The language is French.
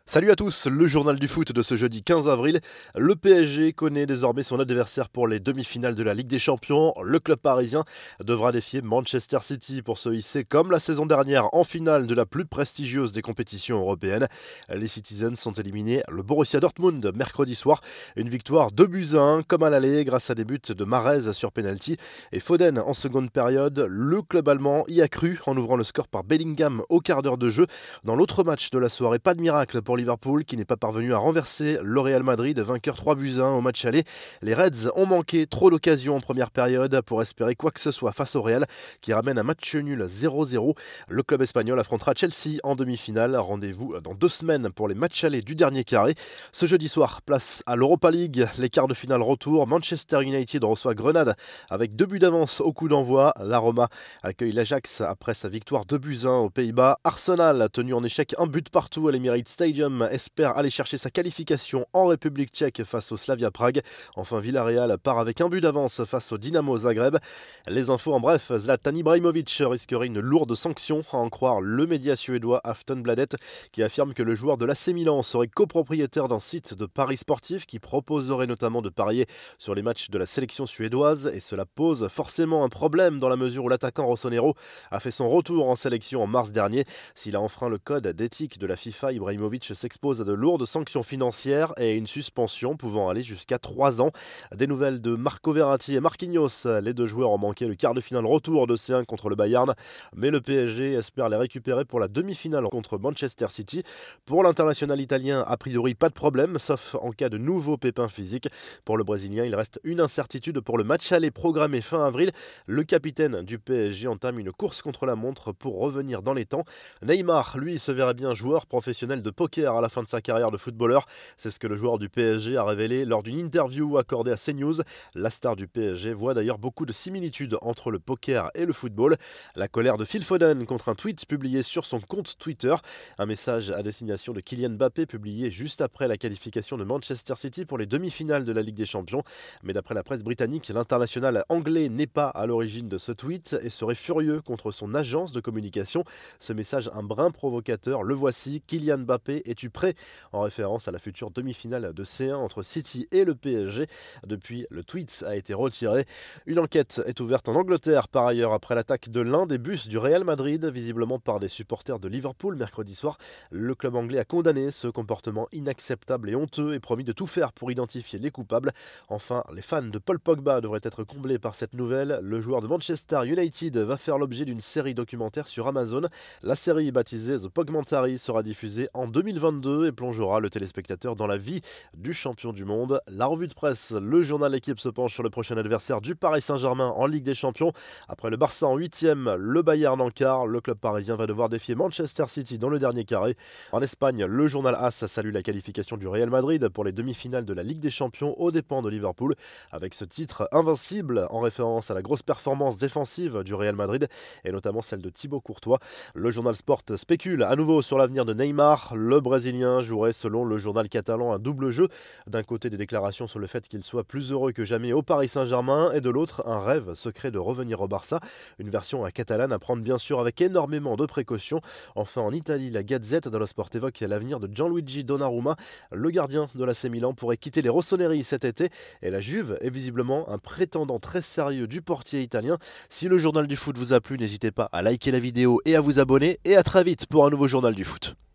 Salut à tous, le journal du foot de ce jeudi 15 avril. Le PSG connaît désormais son adversaire pour les demi-finales de la Ligue des Champions. Le club parisien devra défier Manchester City pour se hisser comme la saison dernière en finale de la plus prestigieuse des compétitions européennes. Les Citizens sont éliminés le Borussia Dortmund mercredi soir. Une victoire 2-1 comme à l'aller grâce à des buts de Mahrez sur penalty et Foden en seconde période. Le club allemand y a cru en ouvrant le score par Bellingham au quart d'heure de jeu. Dans l'autre match de la soirée, pas de miracle pour Liverpool qui n'est pas parvenu à renverser le Real Madrid, vainqueur 3-1 au match aller. Les Reds ont manqué trop d'occasions en première période pour espérer quoi que ce soit face au Real qui ramène un match nul 0-0. Le club espagnol affrontera Chelsea en demi-finale. Rendez-vous dans 2 semaines pour les matchs allés du dernier carré. Ce jeudi soir, place à l'Europa League. Les quarts de finale retour. Manchester United reçoit Grenade avec 2 buts d'avance au coup d'envoi. La Roma accueille l'Ajax après sa victoire 2-1 aux Pays-Bas. Arsenal, tenu en échec un but partout à l'Emirates Stadium, espère aller chercher sa qualification en République tchèque face au Slavia Prague. Enfin, Villarreal part avec un but d'avance face au Dynamo Zagreb. Les infos en bref, Zlatan Ibrahimovic risquerait une lourde sanction, à en croire le média suédois Aftonbladet, qui affirme que le joueur de l'AC Milan serait copropriétaire d'un site de paris sportifs qui proposerait notamment de parier sur les matchs de la sélection suédoise, et cela pose forcément un problème dans la mesure où l'attaquant rossonero a fait son retour en sélection en mars dernier. S'il a enfreint le code d'éthique de la FIFA, Ibrahimovic s'expose à de lourdes sanctions financières et une suspension pouvant aller jusqu'à 3 ans. Des nouvelles de Marco Verratti et Marquinhos. Les deux joueurs ont manqué le quart de finale retour de C1 contre le Bayern, mais le PSG espère les récupérer pour la demi-finale contre Manchester City. Pour l'international italien, a priori pas de problème, sauf en cas de nouveaux pépins physiques. Pour le Brésilien, il reste une incertitude pour le match aller programmé fin avril. Le capitaine du PSG entame une course contre la montre pour revenir dans les temps. Neymar, lui, se verrait bien joueur professionnel de poker à la fin de sa carrière de footballeur. C'est ce que le joueur du PSG a révélé lors d'une interview accordée à CNews. La star du PSG voit d'ailleurs beaucoup de similitudes entre le poker et le football. La colère de Phil Foden contre un tweet publié sur son compte Twitter. Un message à destination de Kylian Mbappé publié juste après la qualification de Manchester City pour les demi-finales de la Ligue des Champions. Mais d'après la presse britannique, l'international anglais n'est pas à l'origine de ce tweet et serait furieux contre son agence de communication. Ce message un brin provocateur, le voici: Kylian Mbappé, es-tu prêt? En référence à la future demi-finale de C1 entre City et le PSG. Depuis, le tweet a été retiré. Une enquête est ouverte en Angleterre par ailleurs après l'attaque de l'un des bus du Real Madrid, visiblement par des supporters de Liverpool mercredi soir. Le club anglais a condamné ce comportement inacceptable et honteux et promis de tout faire pour identifier les coupables. Enfin, les fans de Paul Pogba devraient être comblés par cette nouvelle. Le joueur de Manchester United va faire l'objet d'une série documentaire sur Amazon. La série, baptisée The Pogmentary, sera diffusée en 2022 et plongera le téléspectateur dans la vie du champion du monde. La revue de presse, le journal L'équipe se penche sur le prochain adversaire du Paris Saint-Germain en Ligue des Champions. Après le Barça en 8e, le Bayern en quart, le club parisien va devoir défier Manchester City dans le dernier carré. En Espagne, le journal AS salue la qualification du Real Madrid pour les demi-finales de la Ligue des Champions aux dépens de Liverpool, avec ce titre invincible en référence à la grosse performance défensive du Real Madrid et notamment celle de Thibaut Courtois. Le journal Sport spécule à nouveau sur l'avenir de Neymar. Le Brésilien jouerait selon le journal catalan un double jeu. D'un côté, des déclarations sur le fait qu'il soit plus heureux que jamais au Paris Saint-Germain et de l'autre, un rêve secret de revenir au Barça. Une version catalane à prendre bien sûr avec énormément de précautions. Enfin, en Italie, la Gazette dello Sport évoque l'avenir de Gianluigi Donnarumma. Le gardien de l'AC Milan pourrait quitter les Rossoneri cet été et la Juve est visiblement un prétendant très sérieux du portier italien. Si le journal du foot vous a plu, n'hésitez pas à liker la vidéo et à vous abonner, et à très vite pour un nouveau journal du foot.